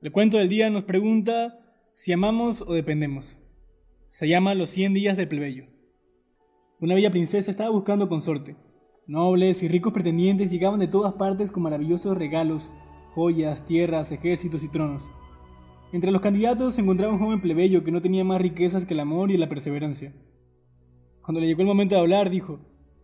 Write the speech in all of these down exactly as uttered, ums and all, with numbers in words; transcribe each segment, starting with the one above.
El cuento del día nos pregunta si amamos o dependemos. Se llama Los cien días del plebeyo. Una bella princesa estaba buscando consorte. Nobles y ricos pretendientes llegaban de todas partes con maravillosos regalos, joyas, tierras, ejércitos y tronos. Entre los candidatos se encontraba un joven plebeyo que no tenía más riquezas que el amor y la perseverancia. Cuando le llegó el momento de hablar, dijo: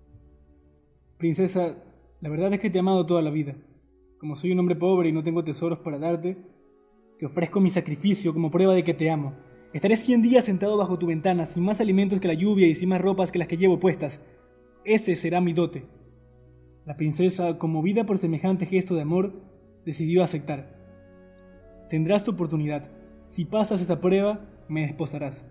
«Princesa, la verdad es que te he amado toda la vida. Como soy un hombre pobre y no tengo tesoros para darte, te ofrezco mi sacrificio como prueba de que te amo. Estaré cien días sentado bajo tu ventana, sin más alimentos que la lluvia y sin más ropas que las que llevo puestas. Ese será mi dote». La princesa, conmovida por semejante gesto de amor, decidió aceptar. «Tendrás tu oportunidad. Si pasas esa prueba, me desposarás».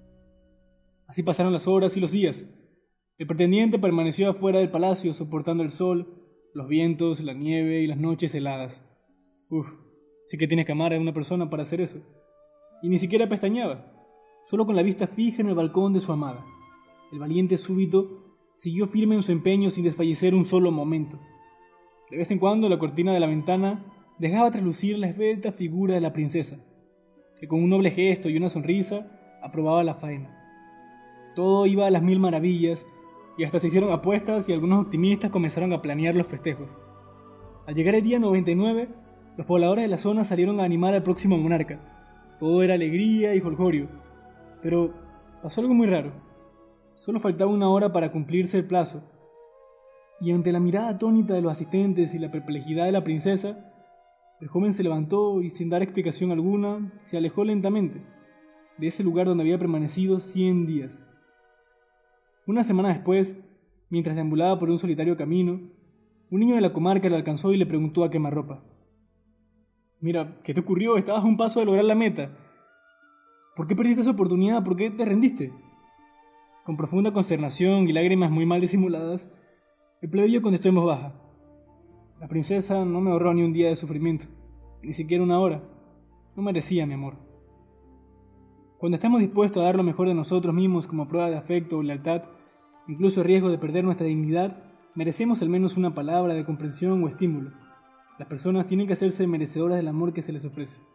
Así pasaron las horas y los días. El pretendiente permaneció afuera del palacio soportando el sol, los vientos, la nieve y las noches heladas. Uf, sí que tienes que amar a una persona para hacer eso. Y ni siquiera pestañeaba, solo con la vista fija en el balcón de su amada. El valiente súbito siguió firme en su empeño sin desfallecer un solo momento. De vez en cuando la cortina de la ventana dejaba traslucir la esbelta figura de la princesa, que con un noble gesto y una sonrisa aprobaba la faena. Todo iba a las mil maravillas, y hasta se hicieron apuestas y algunos optimistas comenzaron a planear los festejos. Al llegar el día noventa y nueve, los pobladores de la zona salieron a animar al próximo monarca. Todo era alegría y jolgorio, pero pasó algo muy raro. Solo faltaba una hora para cumplirse el plazo, y ante la mirada atónita de los asistentes y la perplejidad de la princesa, el joven se levantó y sin dar explicación alguna, se alejó lentamente de ese lugar donde había permanecido cien días. Una semana después, mientras deambulaba por un solitario camino, un niño de la comarca le alcanzó y le preguntó a quemarropa: «Mira, ¿qué te ocurrió? Estabas a un paso de lograr la meta. ¿Por qué perdiste esa oportunidad? ¿Por qué te rendiste?». Con profunda consternación y lágrimas muy mal disimuladas, el plebeyo contestó en voz baja: «La princesa no me ahorró ni un día de sufrimiento, ni siquiera una hora. No merecía mi amor». Cuando estamos dispuestos a dar lo mejor de nosotros mismos como prueba de afecto o lealtad, incluso a riesgo de perder nuestra dignidad, merecemos al menos una palabra de comprensión o estímulo. Las personas tienen que hacerse merecedoras del amor que se les ofrece.